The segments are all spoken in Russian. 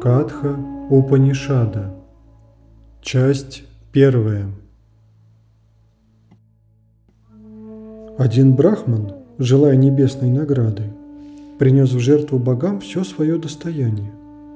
Катха Упанишада. Часть 1. Один брахман, желая небесной награды, принес в жертву богам все свое достояние.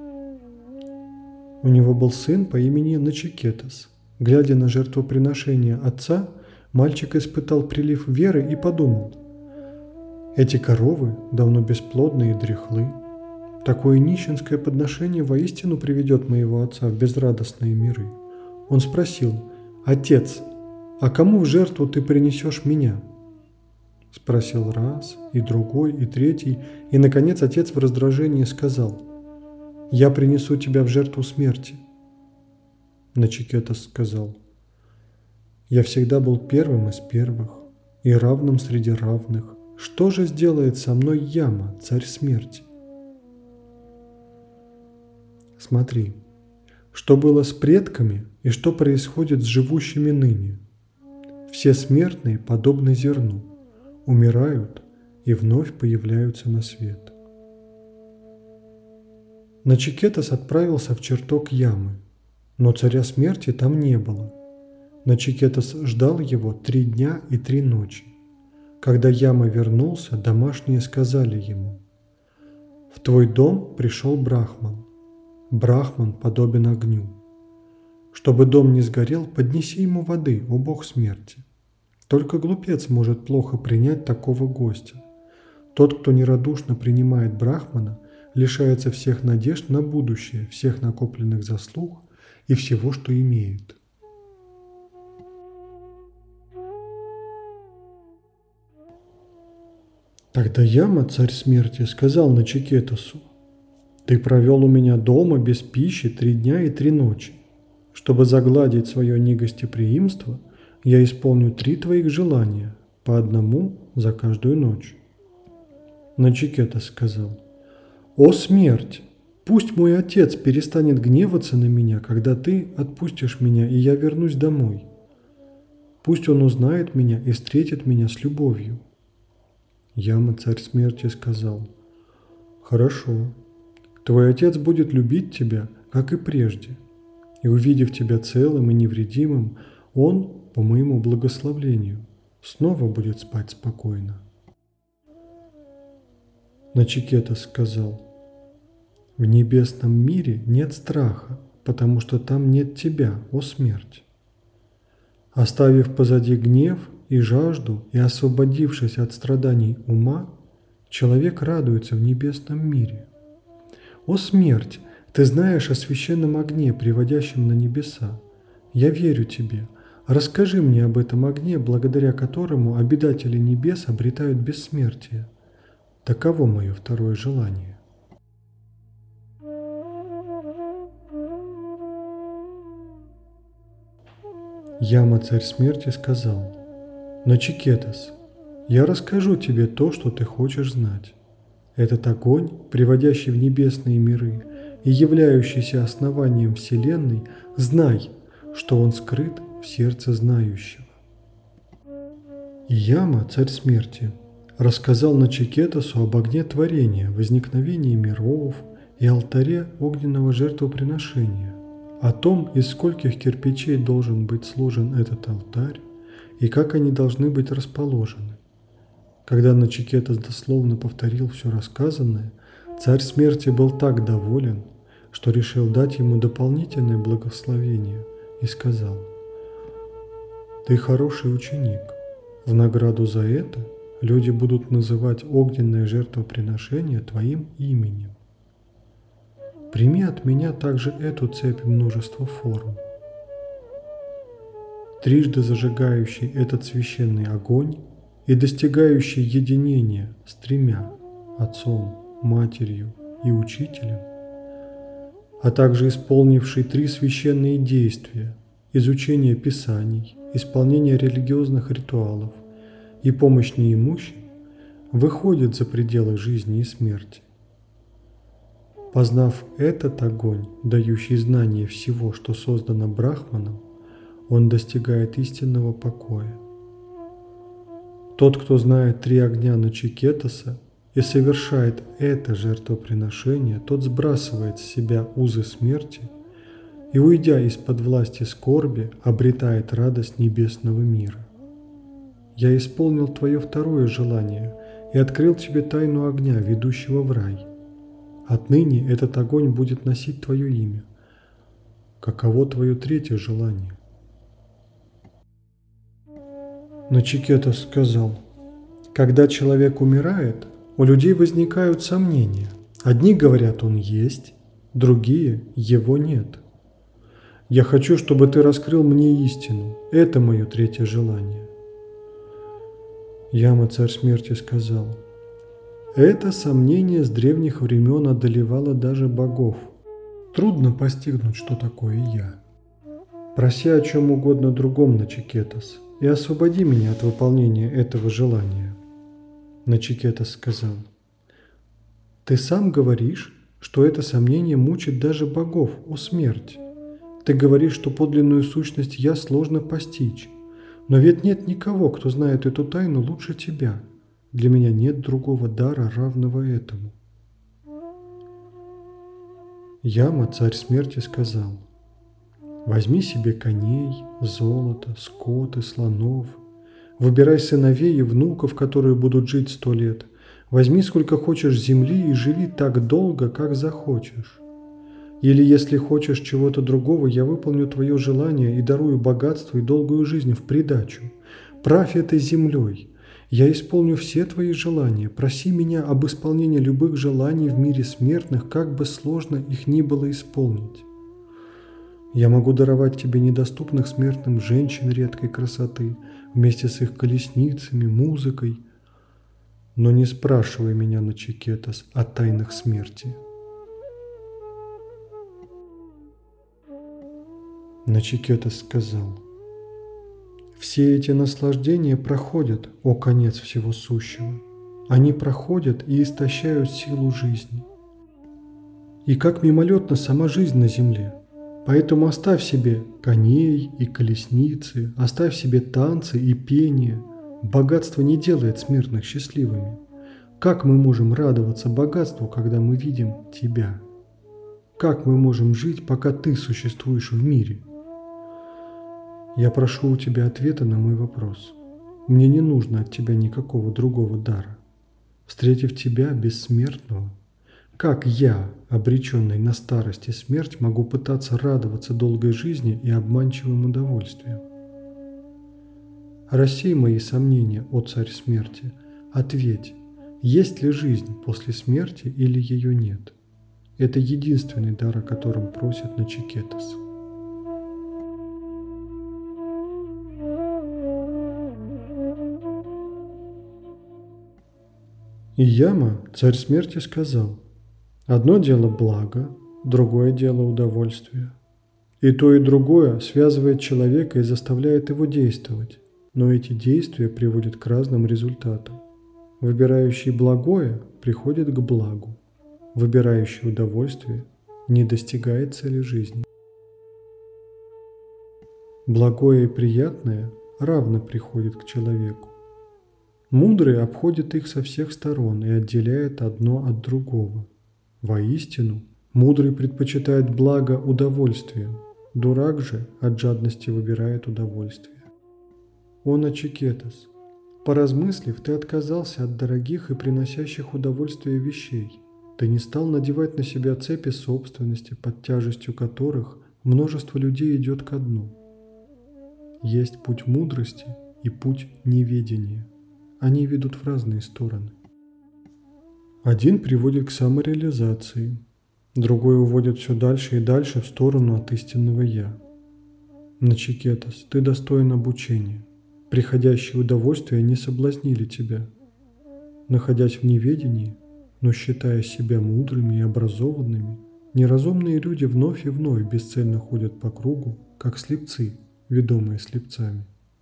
У него был сын по имени Начикетас. Глядя на жертвоприношение отца, мальчик испытал прилив веры и подумал: эти коровы давно бесплодны и дряхлы. Такое нищенское подношение воистину приведет моего отца в безрадостные миры. Он спросил: «Отец, а кому в жертву ты принесешь меня?» Спросил раз, и другой, и третий, и, наконец, отец в раздражении сказал: «Я принесу тебя в жертву смерти». Начикетас сказал: «Я всегда был первым из первых и равным среди равных. Что же сделает со мной Яма, царь смерти?» Смотри, что было с предками и что происходит с живущими ныне. Все смертные подобны зерну, умирают и вновь появляются на свет. Начикетас отправился в чертог Ямы, но царя смерти там не было. Начикетас ждал его 3 дня и 3 ночи. Когда Яма вернулся, домашние сказали ему: «В твой дом пришел Брахман. Брахман подобен огню. Чтобы дом не сгорел, поднеси ему воды, о бог смерти. Только глупец может плохо принять такого гостя. Тот, кто нерадушно принимает Брахмана, лишается всех надежд на будущее, всех накопленных заслуг и всего, что имеет». Тогда Яма, царь смерти, сказал Начикетасу: «Ты провел у меня дома без пищи 3 дня и 3 ночи. Чтобы загладить свое негостеприимство, я исполню 3 твоих желания, по одному за каждую ночь». Начикетас сказал: «О смерть! Пусть мой отец перестанет гневаться на меня, когда ты отпустишь меня, и я вернусь домой. Пусть он узнает меня и встретит меня с любовью». Яма, царь смерти, сказал: «Хорошо. Твой отец будет любить тебя, как и прежде, и, увидев тебя целым и невредимым, он, по моему благословлению, снова будет спать спокойно». Начикетас сказал: «В небесном мире нет страха, потому что там нет тебя, о смерть. Оставив позади гнев и жажду и освободившись от страданий ума, человек радуется в небесном мире. О смерть, ты знаешь о священном огне, приводящем на небеса. Я верю тебе. Расскажи мне об этом огне, благодаря которому обитатели небес обретают бессмертие. Таково мое второе желание». Яма, царь смерти, сказал: «Начикетас, я расскажу тебе то, что ты хочешь знать. Этот огонь, приводящий в небесные миры и являющийся основанием Вселенной, знай, что он скрыт в сердце знающего». И Яма, царь смерти, рассказал Начикетасу об огне творения, возникновении миров и алтаре огненного жертвоприношения, о том, из скольких кирпичей должен быть сложен этот алтарь и как они должны быть расположены. Когда Начикетас дословно повторил все рассказанное, царь смерти был так доволен, что решил дать ему дополнительное благословение и сказал: «Ты хороший ученик. В награду за это люди будут называть огненное жертвоприношение твоим именем. Прими от меня также эту цепь множества форм. Трижды зажигающий этот священный огонь и достигающий единения с 3 – Отцом, Матерью и Учителем, а также исполнивший 3 священные действия – изучение Писаний, исполнение религиозных ритуалов и помощь неимущим, выходит за пределы жизни и смерти. Познав этот огонь, дающий знание всего, что создано Брахманом, он достигает истинного покоя. Тот, кто знает 3 огня Начикетаса и совершает это жертвоприношение, тот сбрасывает с себя узы смерти и, уйдя из-под власти скорби, обретает радость небесного мира. Я исполнил твое второе желание и открыл тебе тайну огня, ведущего в рай. Отныне этот огонь будет носить твое имя. Каково твое третье желание? Начикетос сказал: когда человек умирает, у людей возникают сомнения. Одни говорят, он есть, другие – его нет. Я хочу, чтобы ты раскрыл мне истину. Это мое третье желание. Яма, царь смерти, сказал: это сомнение с древних времен одолевало даже богов. Трудно постигнуть, что такое я. Проси о чем угодно другом, Начикетос, и освободи меня от выполнения этого желания. Начикетос сказал: ты сам говоришь, что это сомнение мучит даже богов, о смерть. Ты говоришь, что подлинную сущность я сложно постичь. Но ведь нет никого, кто знает эту тайну лучше тебя. Для меня нет другого дара, равного этому. Яма, царь смерти, сказал: возьми себе коней, золото, скот и слонов. Выбирай сыновей и внуков, которые будут жить 100 лет. Возьми сколько хочешь земли и живи так долго, как захочешь. Или если хочешь чего-то другого, я выполню твое желание и дарую богатство и долгую жизнь в придачу. Правь этой землей. Я исполню все твои желания. Проси меня об исполнении любых желаний в мире смертных, как бы сложно их ни было исполнить. Я могу даровать тебе недоступных смертным женщин редкой красоты, вместе с их колесницами, музыкой. Но не спрашивай меня, Начикетос, о тайнах смерти. Начикетос сказал: все эти наслаждения проходят, о конец всего сущего. Они проходят и истощают силу жизни. И как мимолетна сама жизнь на земле. Поэтому оставь себе коней и колесницы, оставь себе танцы и пение. Богатство не делает смертных счастливыми. Как мы можем радоваться богатству, когда мы видим тебя? Как мы можем жить, пока ты существуешь в мире? Я прошу у тебя ответа на мой вопрос. Мне не нужно от тебя никакого другого дара. Встретив тебя, бессмертного, как я, обреченный на старость и смерть, могу пытаться радоваться долгой жизни и обманчивым удовольствием? Рассей мои сомнения, о царь смерти. Ответь, есть ли жизнь после смерти или ее нет? Это единственный дар, о котором просит Начикетос. И Яма, царь смерти, сказал: одно дело благо, другое дело удовольствие. И то, и другое связывает человека и заставляет его действовать, но эти действия приводят к разным результатам. Выбирающий благое приходит к благу, выбирающий удовольствие не достигает цели жизни. Благое и приятное равно приходит к человеку. Мудрый обходит их со всех сторон и отделяет одно от другого. Воистину, мудрый предпочитает благо удовольствием, дурак же от жадности выбирает удовольствие. О Начикетос, поразмыслив, ты отказался от дорогих и приносящих удовольствие вещей. Ты не стал надевать на себя цепи собственности, под тяжестью которых множество людей идет ко дну. Есть путь мудрости и путь неведения. Они ведут в разные стороны. Один приводит к самореализации, другой уводит все дальше и дальше в сторону от истинного «Я». Начикетос, ты достоин обучения. Приходящие удовольствия не соблазнили тебя. Находясь в неведении, но считая себя мудрыми и образованными, неразумные люди вновь и вновь бесцельно ходят по кругу, как слепцы, ведомые слепцами.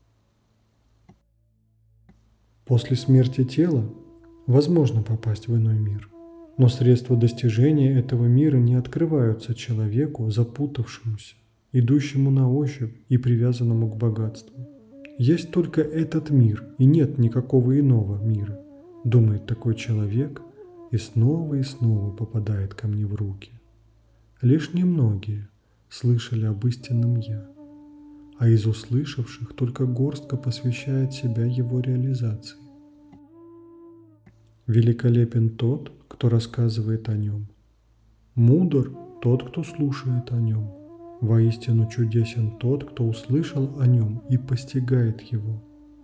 После смерти тела возможно попасть в иной мир, но средства достижения этого мира не открываются человеку, запутавшемуся, идущему на ощупь и привязанному к богатству. Есть только этот мир, и нет никакого иного мира. думает такой человек и снова попадает ко мне в руки. Лишь немногие слышали об истинном «Я», а из услышавших только горстка посвящает себя его реализации. Великолепен тот, кто рассказывает о нем. Мудр тот, кто слушает о нем. Воистину чудесен тот, кто услышал о нем и постигает его.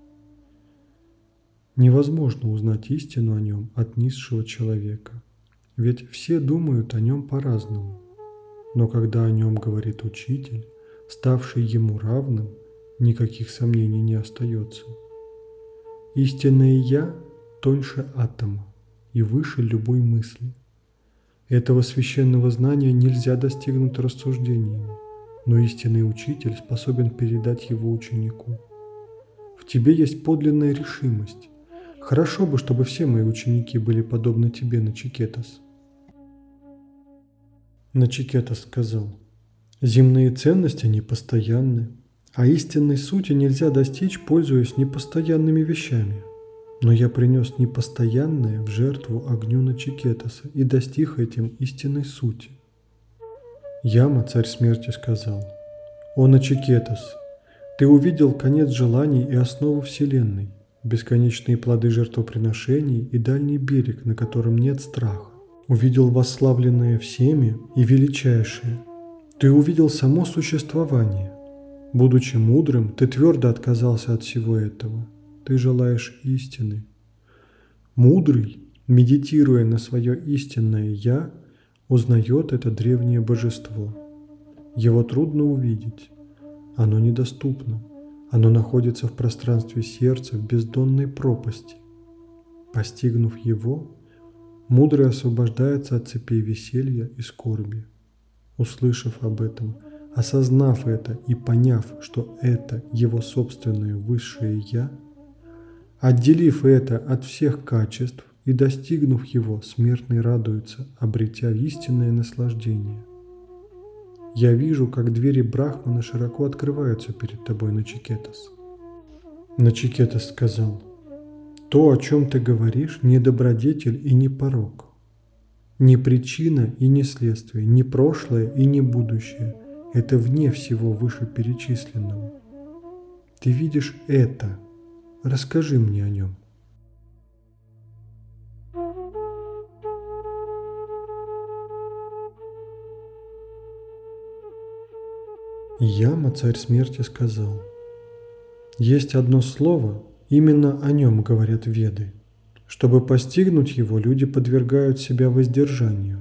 Невозможно узнать истину о нем от низшего человека, ведь все думают о нем по-разному. Но когда о нем говорит учитель, ставший ему равным, никаких сомнений не остается. Истинное «Я» тоньше атома и выше любой мысли. Этого священного знания нельзя достигнуть рассуждениями, но истинный учитель способен передать его ученику. В тебе есть подлинная решимость. Хорошо бы, чтобы все мои ученики были подобны тебе, Начикетас. Начикетас сказал: земные ценности непостоянны, а истинной сути нельзя достичь, пользуясь непостоянными вещами. Но я принес непостоянное в жертву огню Начикетаса и достиг этим истинной сути. Яма, царь смерти, сказал: «О Начикетас, ты увидел конец желаний и основу Вселенной, бесконечные плоды жертвоприношений и дальний берег, на котором нет страха. Увидел восславленное всеми и величайшее. Ты увидел само существование. Будучи мудрым, ты твердо отказался от всего этого. Ты желаешь истины. Мудрый, медитируя на свое истинное «Я», узнает это древнее божество. Его трудно увидеть. Оно недоступно. Оно находится в пространстве сердца в бездонной пропасти. Постигнув его, мудрый освобождается от цепей веселья и скорби. Услышав об этом, осознав это и поняв, что это его собственное высшее «Я», отделив это от всех качеств и достигнув его, смертный радуется, обретя истинное наслаждение. Я вижу, как двери Брахмана широко открываются перед тобой, Начикетас. Начикетас сказал: то, о чем ты говоришь, не добродетель и не порок, не причина и не следствие, не прошлое и не будущее. Это вне всего вышеперечисленного. Ты видишь это. Расскажи мне о нем. Яма, царь смерти, сказал: есть одно слово, именно о нем говорят Веды. Чтобы постигнуть его, люди подвергают себя воздержанию.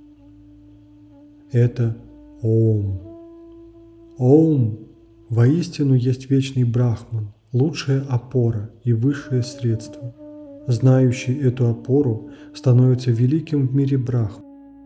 Это Ом. Ом воистину есть вечный Брахман, лучшая опора и высшее средство. Знающий эту опору становится великим в мире Брахман.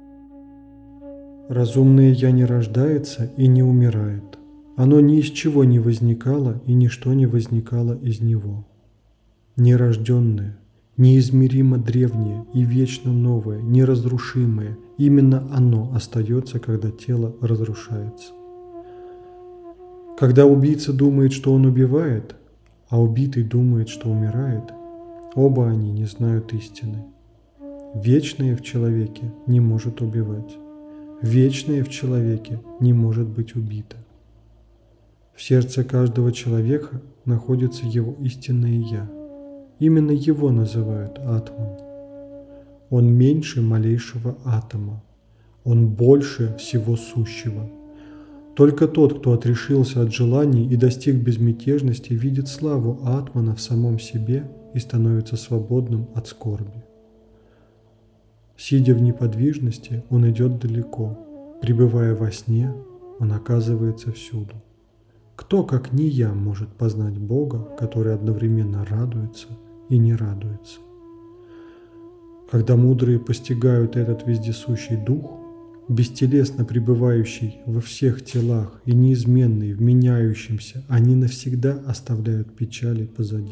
Разумное «Я» не рождается и не умирает. Оно ни из чего не возникало, и ничто не возникало из него. Нерожденное, неизмеримо древнее и вечно новое, неразрушимое, именно оно остается, когда тело разрушается. Когда убийца думает, что он убивает, а убитый думает, что умирает, оба они не знают истины. Вечное в человеке не может убивать. Вечное в человеке не может быть убито. В сердце каждого человека находится его истинное «Я». Именно его называют Атман. Он меньше малейшего атома. Он больше всего сущего. Только тот, кто отрешился от желаний и достиг безмятежности, видит славу Атмана в самом себе и становится свободным от скорби. Сидя в неподвижности, он идет далеко. Пребывая во сне, он оказывается всюду. Кто, как не я, может познать Бога, который одновременно радуется и не радуется? Когда мудрые постигают этот вездесущий дух, бестелесно пребывающий во всех телах и неизменный в меняющемся, они навсегда оставляют печали позади.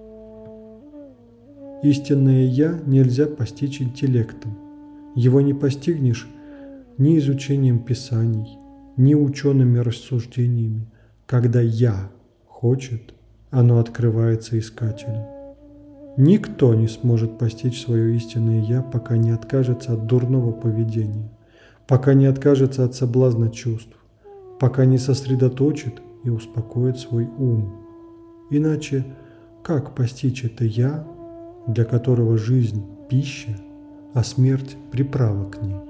Истинное «Я» нельзя постичь интеллектом. Его не постигнешь ни изучением писаний, ни учеными рассуждениями. Когда «Я» хочет, оно открывается искателю. Никто не сможет постичь свое истинное «Я», пока не откажется от дурного поведения, пока не откажется от соблазна чувств, пока не сосредоточит и успокоит свой ум. Иначе как постичь это «Я», для которого жизнь – пища, а смерть – приправа к ней?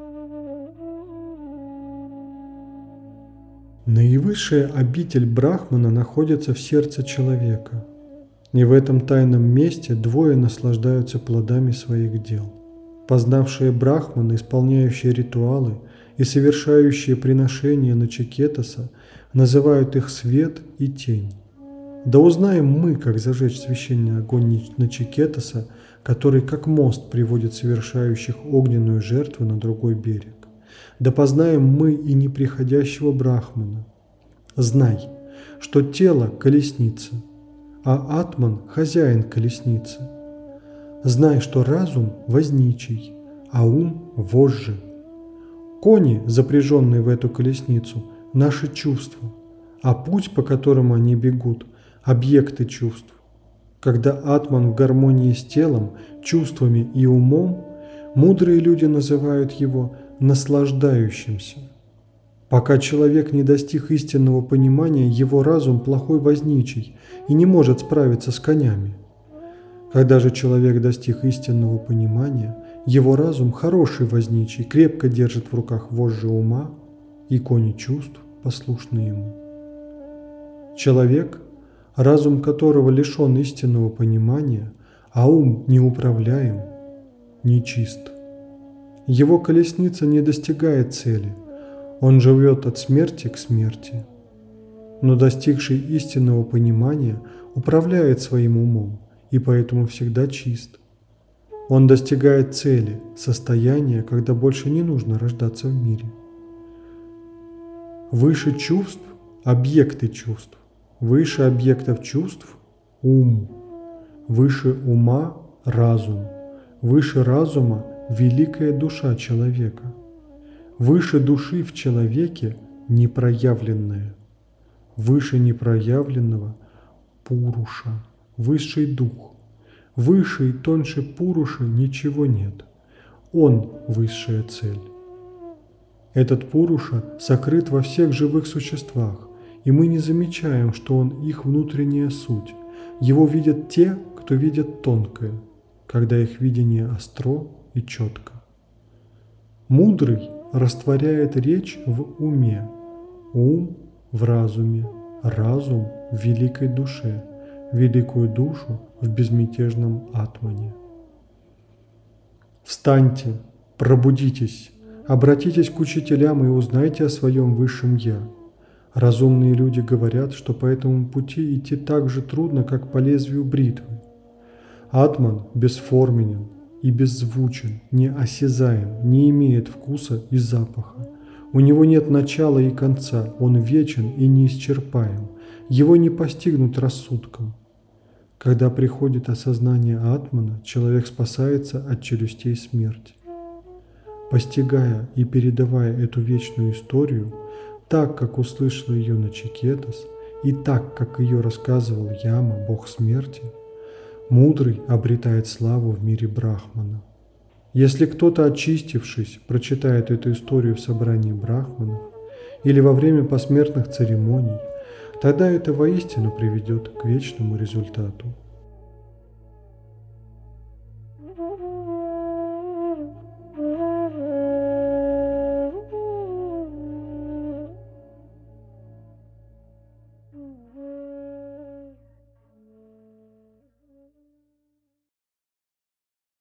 Наивысшая обитель Брахмана находится в сердце человека, и в этом тайном месте двое наслаждаются плодами своих дел. Познавшие Брахмана, исполняющие ритуалы и совершающие приношения Начикетаса, называют их свет и тень. Да узнаем мы, как зажечь священный огонь Начикетаса, который как мост приводит совершающих огненную жертву на другой берег. Да познаем мы и неприходящего Брахмана. Знай, что тело – колесница, а Атман – хозяин колесницы. Знай, что разум – возничий, а ум – вожжи. Кони, запряженные в эту колесницу, – наши чувства, а путь, по которому они бегут – объекты чувств. Когда Атман в гармонии с телом, чувствами и умом, мудрые люди называют его наслаждающимся. Пока человек не достиг истинного понимания, его разум плохой возничий и не может справиться с конями. Когда же человек достиг истинного понимания, его разум хороший возничий, крепко держит в руках вожжи ума, и кони чувств послушны ему. Человек, разум которого лишен истинного понимания, а ум неуправляем, нечист. Его колесница не достигает цели, он живет от смерти к смерти. Но достигший истинного понимания управляет своим умом и поэтому всегда чист. Он достигает цели, состояния, когда больше не нужно рождаться в мире. Выше чувств – объекты чувств, выше объектов чувств – ум, выше ума – разум, выше разума – великая душа человека. Выше души в человеке – непроявленное. Выше непроявленного – Пуруша, высший дух. Выше и тоньше Пуруши ничего нет. Он – высшая цель. Этот Пуруша сокрыт во всех живых существах, и мы не замечаем, что он их внутренняя суть. Его видят те, кто видят тонкое, когда их видение остро и четко. Мудрый растворяет речь в уме, ум в разуме, разум в великой душе, великую душу в безмятежном атмане. Встаньте, пробудитесь, обратитесь к учителям и узнайте о своем высшем «Я». Разумные люди говорят, что по этому пути идти так же трудно, как по лезвию бритвы. Атман бесформенен и беззвучен, неосязаем, не имеет вкуса и запаха. У него нет начала и конца, он вечен и неисчерпаем, его не постигнуть рассудком. Когда приходит осознание Атмана, человек спасается от челюстей смерти. Постигая и передавая эту вечную историю, так, как услышал ее Начикетас, и так, как ее рассказывал Яма, бог смерти, мудрый обретает славу в мире Брахмана. Если кто-то, очистившись, прочитает эту историю в собрании брахманов или во время посмертных церемоний, тогда это воистину приведет к вечному результату.